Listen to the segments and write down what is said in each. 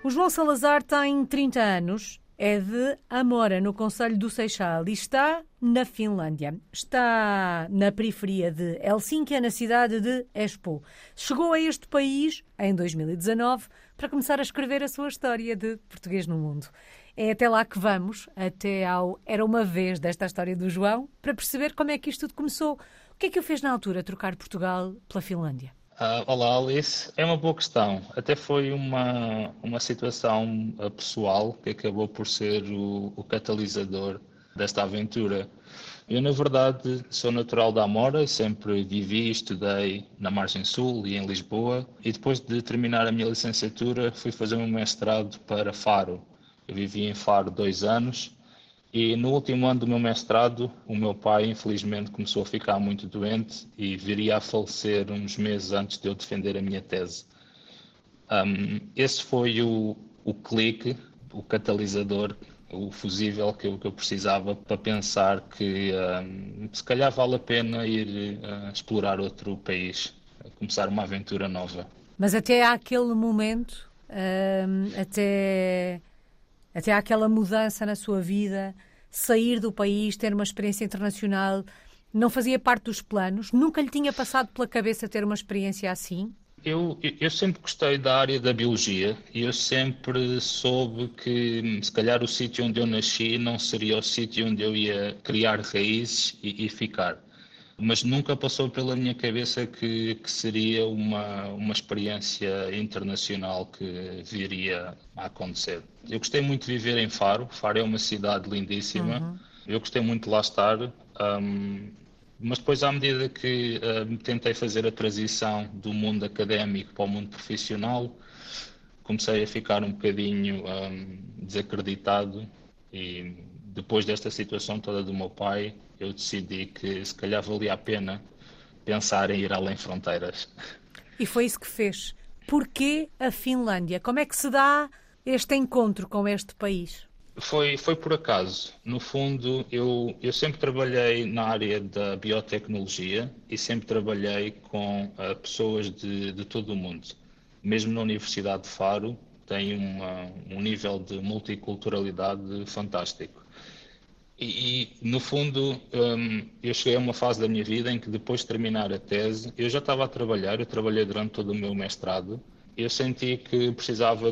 O João Salazar tem 30 anos, é de Amora, no concelho do Seixal, e está na Finlândia. Está na periferia de Helsínquia, na cidade de Espoo. Chegou a este país em 2019 para começar a escrever a sua história de português no mundo. É até lá que vamos, até ao Era uma Vez desta história do João, para perceber como é que isto tudo começou. O que é que o fez na altura, trocar Portugal pela Finlândia? Olá, Alice. É uma boa questão. Até foi uma situação pessoal que acabou por ser o catalisador desta aventura. Eu, na verdade, sou natural da Amora e sempre vivi e estudei na Margem Sul e em Lisboa. E depois de terminar a minha licenciatura, fui fazer um mestrado para Faro. Eu vivi em Faro 2 anos. E no último ano do meu mestrado, o meu pai, infelizmente, começou a ficar muito doente e viria a falecer uns meses antes de eu defender a minha tese. Esse foi o clique, o catalisador, o fusível que eu precisava para pensar que se calhar vale a pena ir explorar outro país, começar uma aventura nova. Mas até àquele momento, até àquela mudança na sua vida, sair do país, ter uma experiência internacional, não fazia parte dos planos? Nunca lhe tinha passado pela cabeça ter uma experiência assim? Eu sempre gostei da área da biologia e eu sempre soube que se calhar o sítio onde eu nasci não seria o sítio onde eu ia criar raízes e ficar. Mas nunca passou pela minha cabeça que seria uma experiência internacional que viria a acontecer. Eu gostei muito de viver em Faro. Faro é uma cidade lindíssima. Eu gostei muito de lá estar. Mas depois, à medida que tentei fazer a transição do mundo académico para o mundo profissional, comecei a ficar um bocadinho desacreditado e depois desta situação toda do meu pai, eu decidi que se calhar valia a pena pensar em ir além fronteiras. E foi isso que fez. Porquê a Finlândia? Como é que se dá este encontro com este país? Foi por acaso. No fundo, eu sempre trabalhei na área da biotecnologia e sempre trabalhei com pessoas de todo o mundo. Mesmo na Universidade de Faro, tem um nível de multiculturalidade fantástico. No fundo, eu cheguei a uma fase da minha vida em que depois de terminar a tese, eu já estava a trabalhar, eu trabalhei durante todo o meu mestrado, eu senti que precisava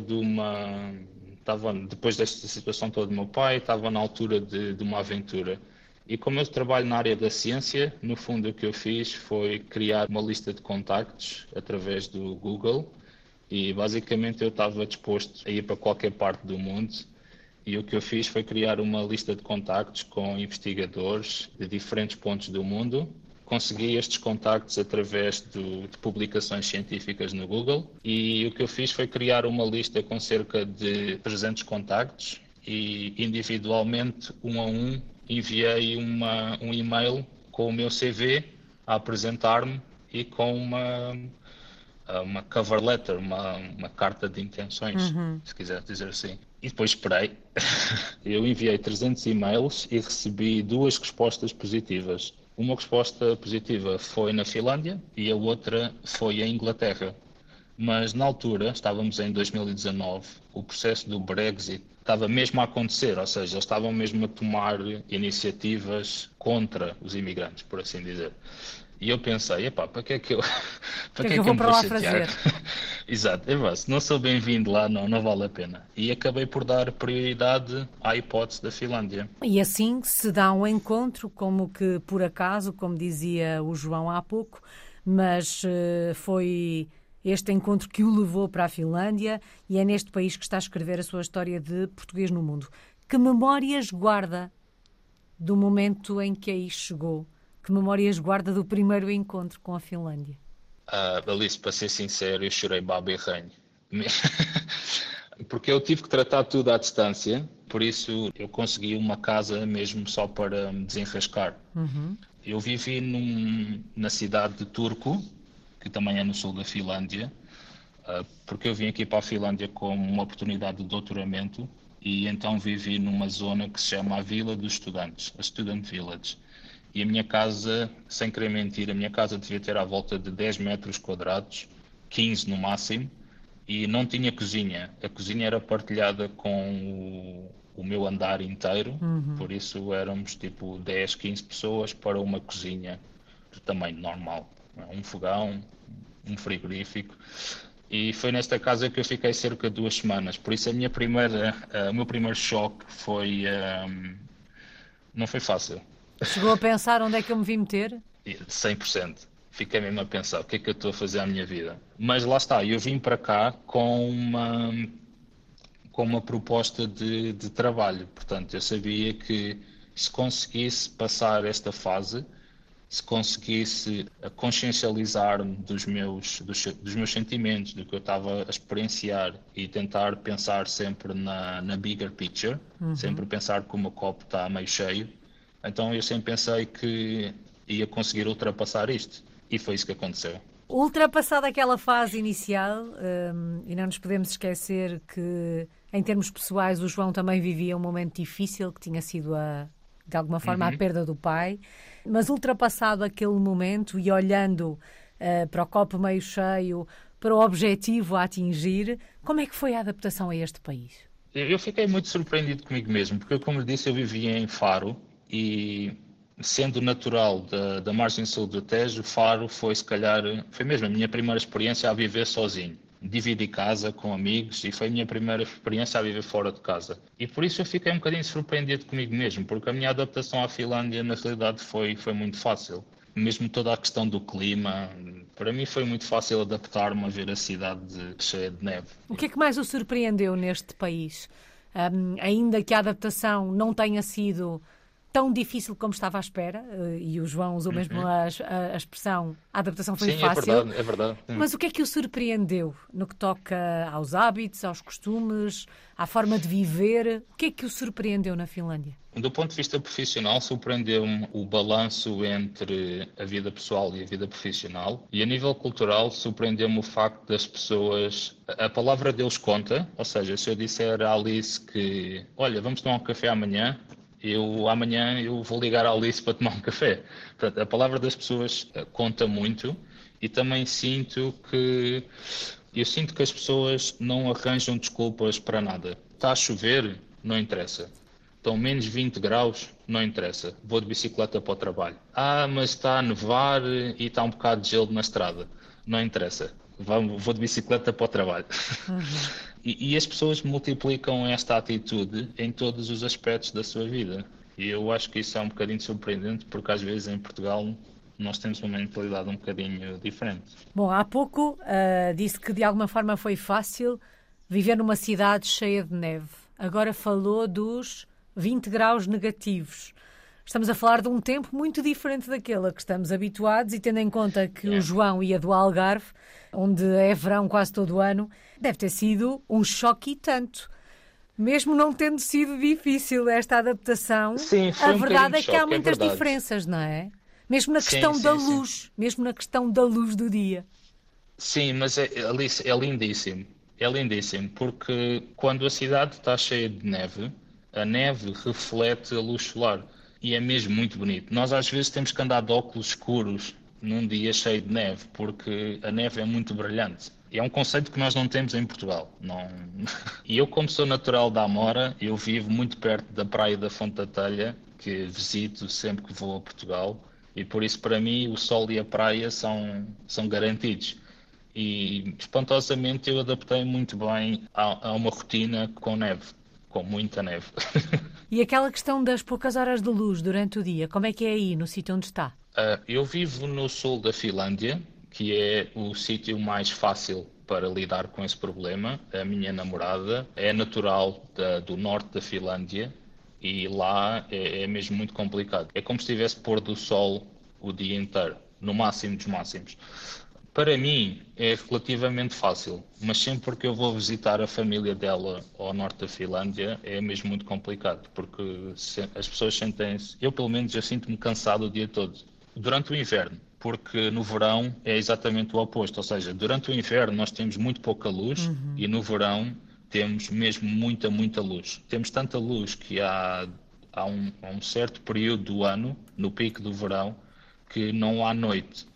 depois desta situação toda do meu pai, estava na altura de uma aventura. E como eu trabalho na área da ciência, no fundo o que eu fiz foi criar uma lista de contactos através do Google e basicamente eu estava disposto a ir para qualquer parte do mundo. E o que eu fiz foi criar uma lista de contactos com investigadores de diferentes pontos do mundo. Consegui estes contactos através de publicações científicas no Google e o que eu fiz foi criar uma lista com cerca de 300 contactos e individualmente, um a um, enviei um e-mail com o meu CV a apresentar-me e com uma cover letter, uma carta de intenções, se quiser dizer assim. E depois esperei. Eu enviei 300 e-mails e recebi 2 respostas positivas. Uma resposta positiva foi na Finlândia e a outra foi em Inglaterra. Mas na altura, estávamos em 2019, o processo do Brexit estava mesmo a acontecer, ou seja, eles estavam mesmo a tomar iniciativas contra os imigrantes, por assim dizer. E eu pensei, epá, para que é que eu, O para que é que que é eu que eu vou me para vou lá chatear? fazer? Exato, se não sou bem-vindo lá, não vale a pena. E acabei por dar prioridade à hipótese da Finlândia. E assim se dá um encontro, como que por acaso, como dizia o João há pouco, mas foi este encontro que o levou para a Finlândia e é neste país que está a escrever a sua história de português no mundo. Que memórias guarda do momento em que aí chegou? Que memórias guarda do primeiro encontro com a Finlândia? Alice, para ser sincero, eu chorei baba e ranho. Porque eu tive que tratar tudo à distância, por isso eu consegui uma casa mesmo só para me desenrascar. Eu vivi na cidade de Turku, que também é no sul da Finlândia, porque eu vim aqui para a Finlândia com uma oportunidade de doutoramento e então vivi numa zona que se chama a Vila dos Estudantes, a Student Village. E a minha casa, sem querer mentir, a minha casa devia ter à volta de 10 metros quadrados, 15 no máximo, e não tinha cozinha. A cozinha era partilhada com o meu andar inteiro, por isso éramos tipo 10, 15 pessoas para uma cozinha de tamanho normal. Um fogão, um frigorífico. E foi nesta casa que eu fiquei cerca de 2 semanas. Por isso o meu primeiro choque foi, não foi fácil. Chegou a pensar onde é que eu me vim meter? 100%. Fiquei mesmo a pensar, o que é que eu estou a fazer à minha vida? Mas lá está, eu vim para cá com uma proposta de trabalho. Portanto, eu sabia que se conseguisse passar esta fase, se conseguisse consciencializar-me dos meus sentimentos, do que eu estava a experienciar e tentar pensar sempre na bigger picture, sempre pensar que o meu copo está meio cheio, então eu sempre pensei que ia conseguir ultrapassar isto. E foi isso que aconteceu. Ultrapassada aquela fase inicial, e não nos podemos esquecer que, em termos pessoais, o João também vivia um momento difícil, que tinha sido, de alguma forma, a perda do pai. Mas ultrapassado aquele momento e olhando para o copo meio cheio, para o objetivo a atingir, como é que foi a adaptação a este país? Eu fiquei muito surpreendido comigo mesmo, porque, como lhe disse, eu vivia em Faro e, sendo natural da margem sul do Tejo, Faro foi, se calhar, foi mesmo a minha primeira experiência a viver sozinho. Dividi casa com amigos e foi a minha primeira experiência a viver fora de casa. E por isso eu fiquei um bocadinho surpreendido comigo mesmo, porque a minha adaptação à Finlândia, na realidade, foi muito fácil. Mesmo toda a questão do clima, para mim foi muito fácil adaptar-me a ver a cidade cheia de neve. O que é que mais o surpreendeu neste país? Ainda que a adaptação não tenha sido tão difícil como estava à espera, e o João usou mesmo a expressão, a adaptação foi fácil. Sim, é verdade. Mas o que é que o surpreendeu no que toca aos hábitos, aos costumes, à forma de viver? O que é que o surpreendeu na Finlândia? Do ponto de vista profissional, surpreendeu-me o balanço entre a vida pessoal e a vida profissional. E a nível cultural, surpreendeu-me o facto das pessoas... A palavra deles conta, ou seja, se eu disser à Alice que, olha, vamos tomar um café amanhã, amanhã eu vou ligar à Alice para tomar um café. Portanto, a palavra das pessoas conta muito e também sinto que as pessoas não arranjam desculpas para nada. Está a chover? Não interessa. Estão menos 20 graus? Não interessa. Vou de bicicleta para o trabalho. Mas está a nevar e está um bocado de gelo na estrada. Não interessa. Vou de bicicleta para o trabalho. E as pessoas multiplicam esta atitude em todos os aspectos da sua vida. E eu acho que isso é um bocadinho surpreendente, porque às vezes em Portugal nós temos uma mentalidade um bocadinho diferente. Bom, há pouco disse que de alguma forma foi fácil viver numa cidade cheia de neve. Agora falou dos 20 graus negativos. Estamos a falar de um tempo muito diferente daquele a que estamos habituados e tendo em conta que o João ia do Algarve, onde é verão quase todo o ano, deve ter sido um choque e tanto. Mesmo não tendo sido difícil esta adaptação, sim, foi a verdade é que há choque, muitas diferenças, não é? Mesmo na questão da luz, mesmo na questão da luz do dia. Sim, mas Alice, é lindíssimo. É lindíssimo, porque quando a cidade está cheia de neve, a neve reflete a luz solar. E é mesmo muito bonito. Nós às vezes temos que andar de óculos escuros num dia cheio de neve, porque a neve é muito brilhante. E é um conceito que nós não temos em Portugal. Não... E eu, como sou natural da Amora, eu vivo muito perto da Praia da Fonte da Telha, que visito sempre que vou a Portugal. E por isso, para mim, o sol e a praia são garantidos. E, espantosamente, eu adaptei muito bem a uma rotina com neve, com muita neve. E aquela questão das poucas horas de luz durante o dia, como é que é aí, no sítio onde está? Eu vivo no sul da Finlândia, que é o sítio mais fácil para lidar com esse problema. A minha namorada é natural do norte da Finlândia e lá é mesmo muito complicado. É como se estivesse pôr do sol o dia inteiro, no máximo dos máximos. Para mim é relativamente fácil, mas sempre que eu vou visitar a família dela ao norte da Finlândia é mesmo muito complicado, porque as pessoas sentem-se, eu pelo menos eu sinto-me cansado o dia todo. Durante o inverno, porque no verão é exatamente o oposto, ou seja, durante o inverno nós temos muito pouca luz e no verão temos mesmo muita luz. Temos tanta luz que há um certo período do ano, no pico do verão, que não há noite.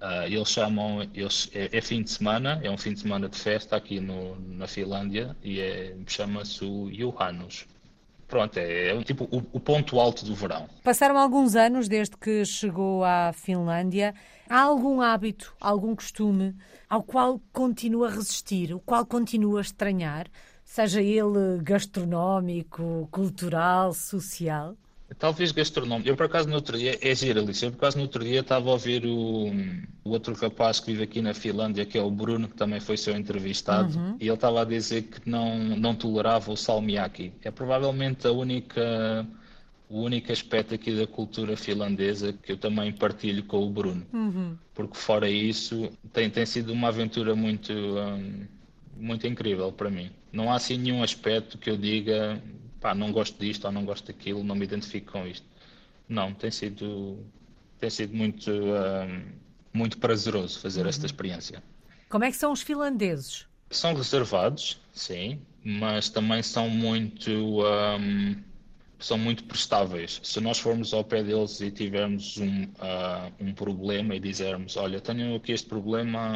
É fim de semana, é um fim de semana de festa aqui na Finlândia e chama-se o Juhannus. Pronto, tipo o ponto alto do verão. Passaram alguns anos desde que chegou à Finlândia. Há algum hábito, algum costume ao qual continua a resistir, o qual continua a estranhar, seja ele gastronómico, cultural, social? Talvez gastronómico. Eu, por acaso, no outro dia, é giro, Alice. Eu, por acaso, no outro dia estava a ouvir o outro rapaz que vive aqui na Finlândia, que é o Bruno, que também foi seu entrevistado, e ele estava a dizer que não tolerava o salmiakki. É provavelmente o único aspecto aqui da cultura finlandesa que eu também partilho com o Bruno. Porque, fora isso, tem sido uma aventura muito incrível para mim. Não há assim nenhum aspecto que eu diga, pá, não gosto disto ou não gosto daquilo, não me identifico com isto. Não, tem sido muito prazeroso fazer esta experiência. Como é que são os finlandeses? São reservados, sim, mas também são muito prestáveis. Se nós formos ao pé deles e tivermos um problema e dissermos, olha, tenho aqui este problema,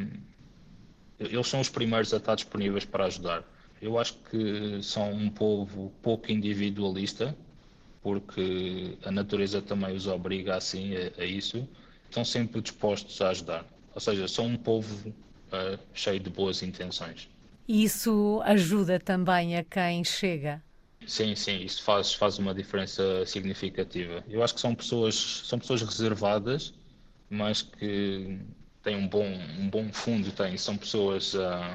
eles são os primeiros a estar disponíveis para ajudar. Eu acho que são um povo pouco individualista, porque a natureza também os obriga assim a isso. Estão sempre dispostos a ajudar. Ou seja, são um povo cheio de boas intenções. E isso ajuda também a quem chega? Sim, sim, isso faz uma diferença significativa. Eu acho que são pessoas reservadas, mas que têm um bom fundo, são pessoas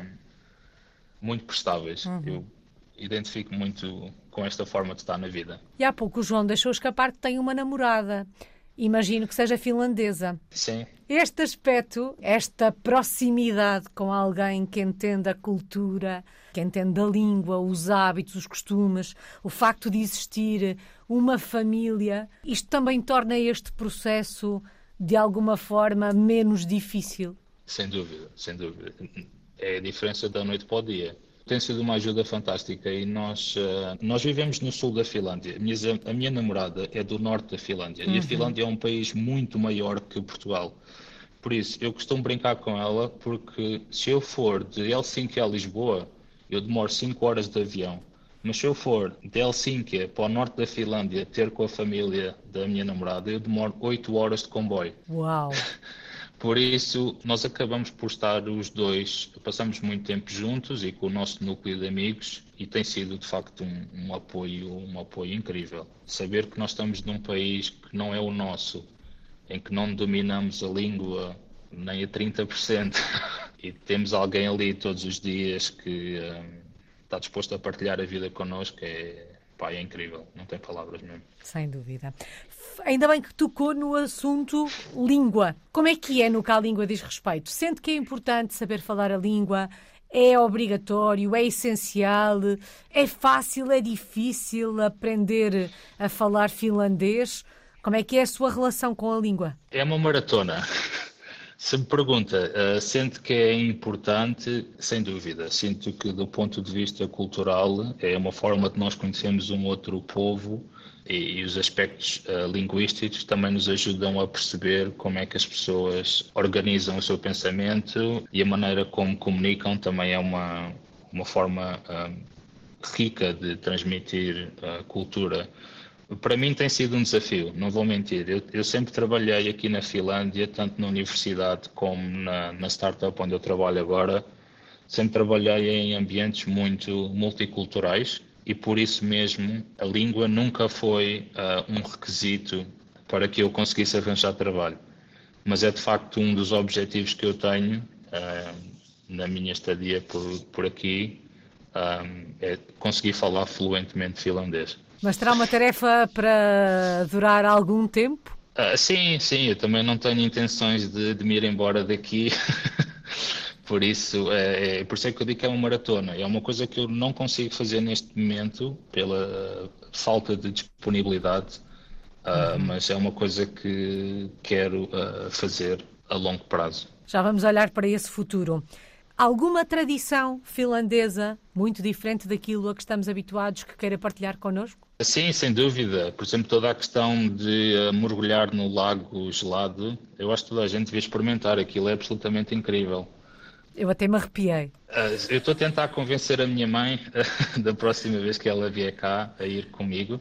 muito prestáveis. Eu identifico muito com esta forma de estar na vida. E há pouco o João deixou escapar que tem uma namorada. Imagino que seja finlandesa. Sim. Este aspecto, esta proximidade com alguém que entende a cultura, que entende a língua, os hábitos, os costumes, o facto de existir uma família, isto também torna este processo, de alguma forma, menos difícil? Sem dúvida, sem dúvida. É a diferença da noite para o dia. Tem sido uma ajuda fantástica e nós vivemos no sul da Finlândia. A minha namorada é do norte da Finlândia e a Finlândia é um país muito maior que Portugal. Por isso, eu costumo brincar com ela porque se eu for de Helsinki a Lisboa, eu demoro 5 horas de avião. Mas se eu for de Helsinki para o norte da Finlândia ter com a família da minha namorada, eu demoro 8 horas de comboio. Uau! Por isso, nós acabamos por estar os dois, passamos muito tempo juntos e com o nosso núcleo de amigos e tem sido, de facto, um apoio incrível. Saber que nós estamos num país que não é o nosso, em que não dominamos a língua nem a 30% e temos alguém ali todos os dias que está disposto a partilhar a vida connosco, é incrível, não tem palavras mesmo. Sem dúvida. Ainda bem que tocou no assunto língua. Como é que é no que a língua diz respeito? Sente que é importante saber falar a língua? É obrigatório? É essencial? É fácil? É difícil aprender a falar finlandês? Como é que é a sua relação com a língua? É uma maratona. Se me pergunta, sente que é importante? Sem dúvida. Sinto que, do ponto de vista cultural, é uma forma de nós conhecermos um outro povo e os aspectos linguísticos também nos ajudam a perceber como é que as pessoas organizam o seu pensamento e a maneira como comunicam também é uma forma rica de transmitir cultura. Para mim tem sido um desafio, não vou mentir. Eu sempre trabalhei aqui na Finlândia, tanto na universidade como na startup onde eu trabalho agora. Sempre trabalhei em ambientes muito multiculturais e por isso mesmo a língua nunca foi um requisito para que eu conseguisse arranjar trabalho. Mas é de facto um dos objetivos que eu tenho na minha estadia por aqui, é conseguir falar fluentemente finlandês. Mas terá uma tarefa para durar algum tempo? Sim, eu também não tenho intenções de me ir embora daqui, por isso é que eu digo que é uma maratona. É uma coisa que eu não consigo fazer neste momento pela falta de disponibilidade, mas é uma coisa que quero fazer a longo prazo. Já vamos olhar para esse futuro. Alguma tradição finlandesa muito diferente daquilo a que estamos habituados que queira partilhar connosco? Sim, sem dúvida. Por exemplo, toda a questão de mergulhar no lago gelado, eu acho que toda a gente devia experimentar. Aquilo é absolutamente incrível. Eu até me arrepiei. Eu estou a tentar convencer a minha mãe da próxima vez que ela vier cá a ir comigo,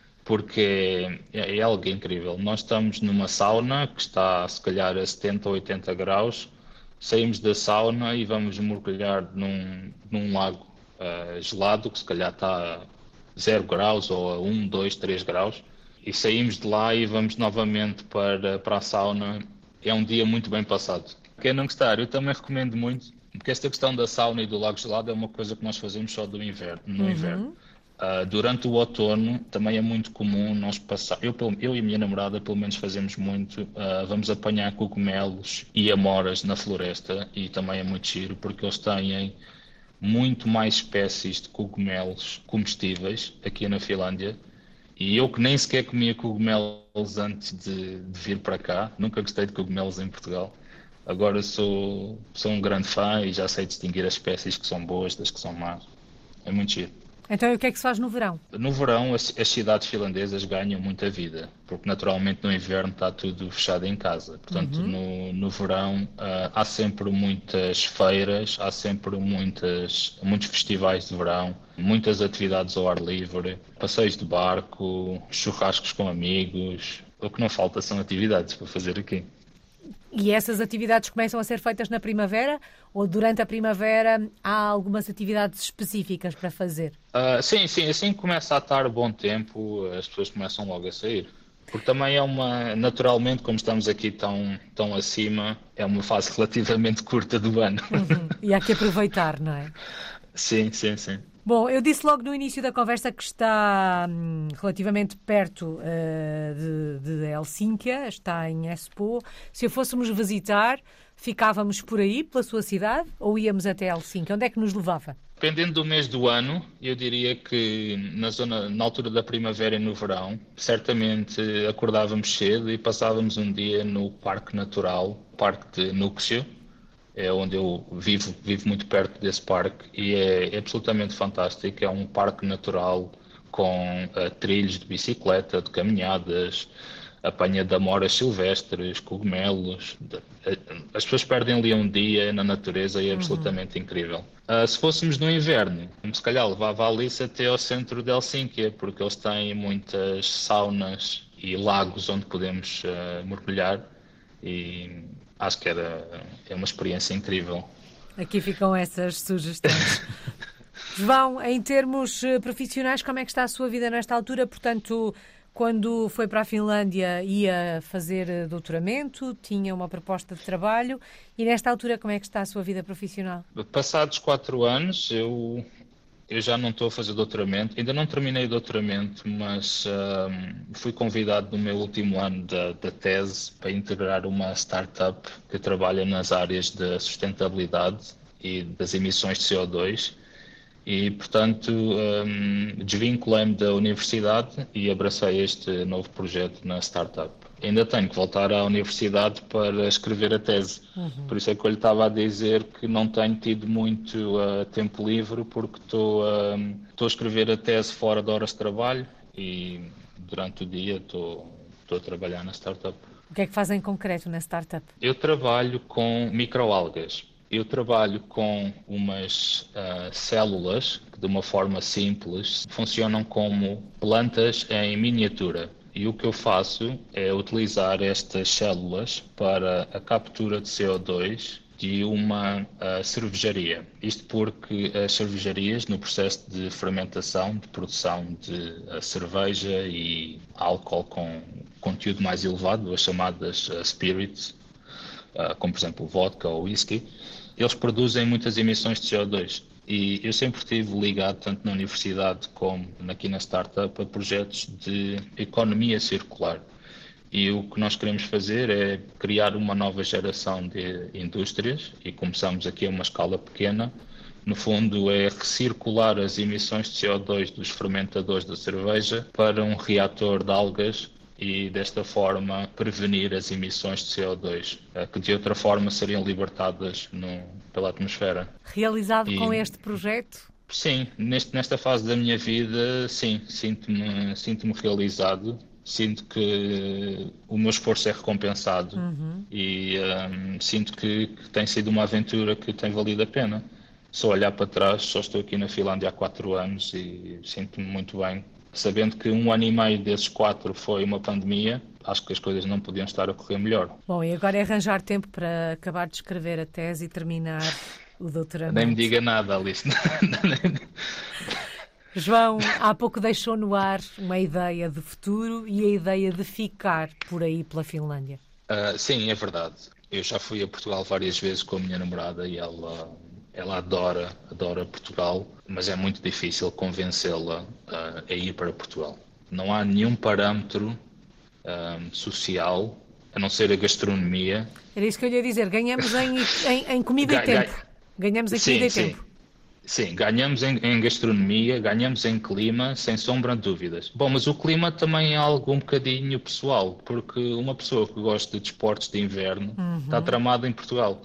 porque é algo incrível. Nós estamos numa sauna que está se calhar a 70 ou 80 graus, saímos da sauna e vamos mergulhar num lago gelado, que se calhar está a 0 graus ou a 1, 2, 3 graus, e saímos de lá e vamos novamente para a sauna. É um dia muito bem passado. Quem não gostar, eu também recomendo muito, porque esta questão da sauna e do lago gelado é uma coisa que nós fazemos só no inverno. Durante o outono também é muito comum nós passar, eu e a minha namorada pelo menos fazemos muito, vamos apanhar cogumelos e amoras na floresta e também é muito giro porque eles têm muito mais espécies de cogumelos comestíveis aqui na Finlândia e eu que nem sequer comia cogumelos antes de vir para cá, nunca gostei de cogumelos em Portugal. Agora sou um grande fã e já sei distinguir as espécies que são boas das que são más. É muito giro. Então, e o que é que se faz no verão? No verão, as cidades finlandesas ganham muita vida, porque naturalmente no inverno está tudo fechado em casa. Portanto, no verão, há sempre muitas feiras, há sempre muitos festivais de verão, muitas atividades ao ar livre, passeios de barco, churrascos com amigos. O que não falta são atividades para fazer aqui. E essas atividades começam a ser feitas na primavera ou durante a primavera há algumas atividades específicas para fazer? Sim, assim que começa a estar bom tempo, as pessoas começam logo a sair. Porque também naturalmente, como estamos aqui tão acima, é uma fase relativamente curta do ano. E há que aproveitar, não é? Sim. Bom, eu disse logo no início da conversa que está relativamente perto de Helsínquia, está em Espoo. Se a fôssemos visitar, ficávamos por aí, pela sua cidade, ou íamos até Helsínquia? Onde é que nos levava? Dependendo do mês do ano, eu diria que na altura da primavera e no verão, certamente acordávamos cedo e passávamos um dia no Parque Natural, Parque de Núksio. É onde eu vivo muito perto desse parque e é absolutamente fantástico. É um parque natural com trilhos de bicicleta, de caminhadas, apanha de amoras silvestres, cogumelos. As pessoas perdem ali um dia na natureza e é absolutamente incrível. Se fôssemos no inverno, se calhar levava a Alice até ao centro de Helsínquia, porque eles têm muitas saunas e lagos onde podemos mergulhar e acho que é uma experiência incrível. Aqui ficam essas sugestões. João, em termos profissionais, como é que está a sua vida nesta altura? Portanto, quando foi para a Finlândia ia fazer doutoramento, tinha uma proposta de trabalho e nesta altura como é que está a sua vida profissional? Passados 4 anos, eu já não estou a fazer doutoramento, ainda não terminei o doutoramento, mas fui convidado no meu último ano da tese para integrar uma startup que trabalha nas áreas da sustentabilidade e das emissões de CO2 e, portanto, desvinculei-me da universidade e abracei este novo projeto na startup. Ainda tenho que voltar à universidade para escrever a tese. Por isso é que eu lhe estava a dizer que não tenho tido muito tempo livre porque estou a escrever a tese fora de horas de trabalho e durante o dia estou a trabalhar na startup. O que é que fazem em concreto na startup? Eu trabalho com microalgas. Eu trabalho com umas células que, de uma forma simples, funcionam como plantas em miniatura. E o que eu faço é utilizar estas células para a captura de CO2 de uma cervejaria. Isto porque as cervejarias, no processo de fermentação, de produção de cerveja e álcool com conteúdo mais elevado, as chamadas spirits, como por exemplo vodka ou whisky, eles produzem muitas emissões de CO2. E eu sempre estive ligado, tanto na universidade como aqui na startup, a projetos de economia circular. E o que nós queremos fazer é criar uma nova geração de indústrias, e começamos aqui a uma escala pequena. No fundo, é recircular as emissões de CO2 dos fermentadores da cerveja para um reator de algas e desta forma prevenir as emissões de CO2, que de outra forma seriam libertadas pela atmosfera. Realizado com E este projeto? sim, nesta fase da minha vida, sim, sinto-me realizado, sinto que o meu esforço é recompensado e sinto que tem sido uma aventura que tem valido a pena. Só olhar para trás, só estou aqui na Finlândia há 4 anos e sinto-me muito bem. Sabendo que 1 ano e meio desses 4 foi uma pandemia, acho que as coisas não podiam estar a correr melhor. Bom, e agora é arranjar tempo para acabar de escrever a tese e terminar o Nem me doutoramento. diga nada, Alice. João, há pouco deixou no ar uma ideia de futuro e a ideia de ficar por aí pela Finlândia. Sim, é verdade. Eu já fui a Portugal várias vezes com a minha namorada e ela adora Portugal, mas é muito difícil convencê-la a ir para Portugal. Não há nenhum parâmetro social, a não ser a gastronomia. Era isso que eu lhe ia dizer. Ganhamos em comida e Ga- ga- tempo. Ganhamos em comida Sim, e sim. tempo. Sim, ganhamos em gastronomia, ganhamos em clima, sem sombra de dúvidas. Bom, mas o clima também é algo um bocadinho pessoal, porque uma pessoa que gosta de desportos de inverno está tramada em Portugal.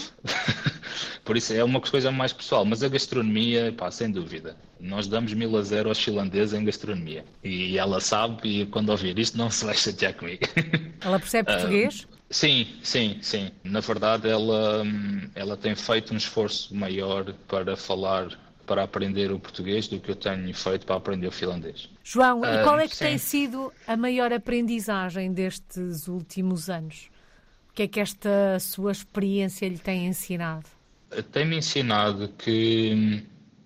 Por isso é uma coisa mais pessoal, mas a gastronomia, pá, sem dúvida. Nós damos 1000-0 aos finlandeses em gastronomia. E ela sabe, e quando ouvir isto, não se vai chatear comigo. Ela percebe português? Sim, sim, sim. Na verdade, ela tem feito um esforço maior para falar, para aprender o português do que eu tenho feito para aprender o finlandês. João, e qual é que tem Sim. sido a maior aprendizagem destes últimos anos? O que é que esta sua experiência lhe tem ensinado? Tem-me ensinado que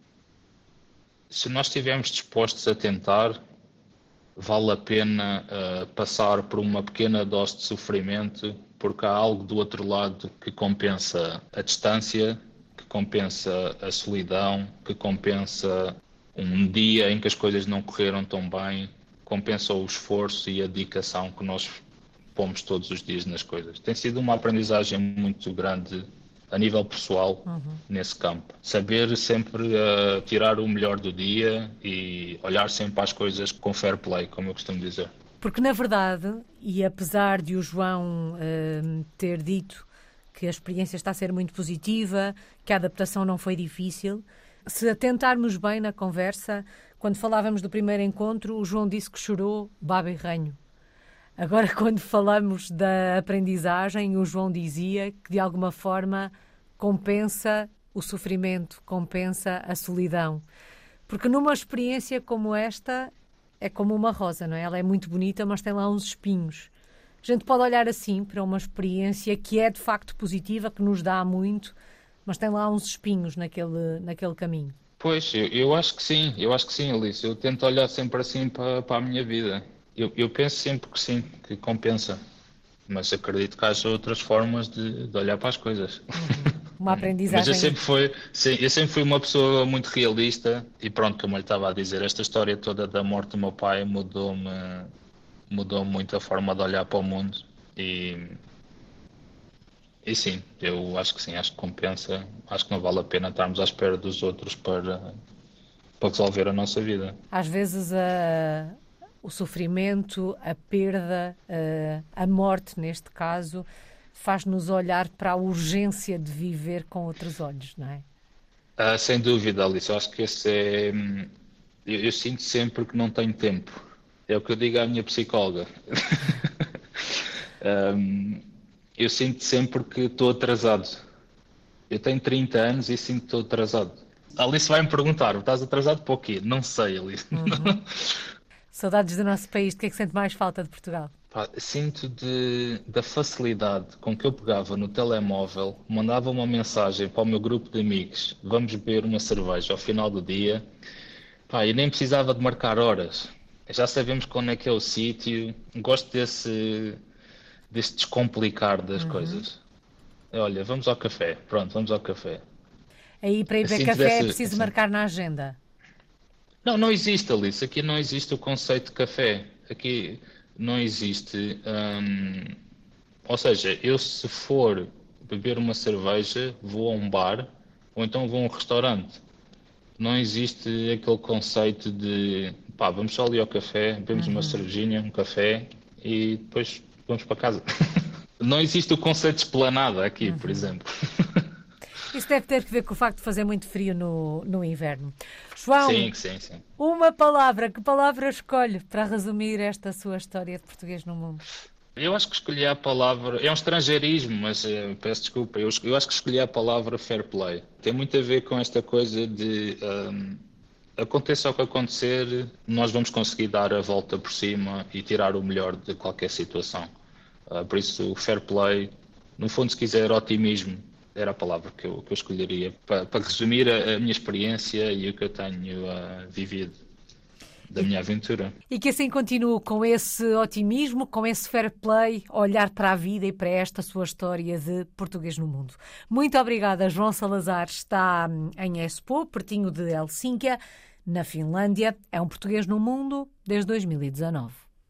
se nós estivermos dispostos a tentar, vale a pena passar por uma pequena dose de sofrimento, porque há algo do outro lado que compensa a distância, que compensa a solidão, que compensa um dia em que as coisas não correram tão bem, compensa o esforço e a dedicação que nós pomos todos os dias nas coisas. Tem sido uma aprendizagem muito grande a nível pessoal nesse campo. Saber sempre tirar o melhor do dia e olhar sempre às coisas com fair play, como eu costumo dizer. Porque, na verdade, e apesar de o João ter dito que a experiência está a ser muito positiva, que a adaptação não foi difícil, se atentarmos bem na conversa, quando falávamos do primeiro encontro, o João disse que chorou baba e ranho. Agora, quando falamos da aprendizagem, o João dizia que, de alguma forma, compensa o sofrimento, compensa a solidão. Porque numa experiência como esta, é como uma rosa, não é? Ela é muito bonita, mas tem lá uns espinhos. A gente pode olhar assim para uma experiência que é, de facto, positiva, que nos dá muito, mas tem lá uns espinhos naquele caminho. Pois, eu acho que sim, Alice. Eu tento olhar sempre assim para a minha vida. Eu penso sempre que sim, que compensa. Mas acredito que haja outras formas de olhar para as coisas. Uma Mas aprendizagem. eu sempre fui uma pessoa muito realista e pronto, como eu lhe estava a dizer, esta história toda da morte do meu pai mudou muito a forma de olhar para o mundo e sim, eu acho que sim, acho que compensa, acho que não vale a pena estarmos à espera dos outros para resolver a nossa vida. Às vezes o sofrimento, a perda, a morte, neste caso, faz-nos olhar para a urgência de viver com outros olhos, não é? Sem dúvida, Alice, eu acho que esse é. Eu sinto sempre que não tenho tempo. É o que eu digo à minha psicóloga. Eu sinto sempre que estou atrasado. Eu tenho 30 anos e sinto que estou atrasado. A Alice vai-me perguntar, estás atrasado para o quê? Não sei, Alice. Saudades do nosso país, de que é que sente mais falta de Portugal? Pá, sinto da facilidade com que eu pegava no telemóvel, mandava uma mensagem para o meu grupo de amigos, vamos beber uma cerveja ao final do dia. Pá, e nem precisava de marcar horas. Já sabemos quando é que é o sítio. Gosto desse descomplicar das coisas. Olha, vamos ao café. Pronto, vamos ao café. Aí para ir beber Sinto café é dessa, preciso assim. marcar na agenda. Não, não existe, Alice. Aqui não existe o conceito de café. Aqui não existe. Ou seja, eu se for beber uma cerveja, vou a um bar ou então vou a um restaurante. Não existe aquele conceito de pá, vamos só ali ao café, bebemos uma cervejinha, um café e depois vamos para casa. Não existe o conceito de esplanada aqui, por exemplo. Isso deve ter que ver com o facto de fazer muito frio no inverno. João, Sim. uma palavra, que palavra escolhe para resumir esta sua história de português no mundo? Eu acho que escolhi a palavra, é um estrangeirismo, mas peço desculpa, eu acho que escolhi a palavra fair play. Tem muito a ver com esta coisa de aconteça o que acontecer, nós vamos conseguir dar a volta por cima e tirar o melhor de qualquer situação. Por isso, o fair play, no fundo, se quiser, otimismo, era a palavra que eu escolheria para resumir a minha experiência e o que eu tenho vivido da minha aventura. E que assim continue com esse otimismo, com esse fair play, olhar para a vida e para esta sua história de português no mundo. Muito obrigada, João Salazar. Está em Espoo, pertinho de Helsínquia, na Finlândia. É um português no mundo desde 2019.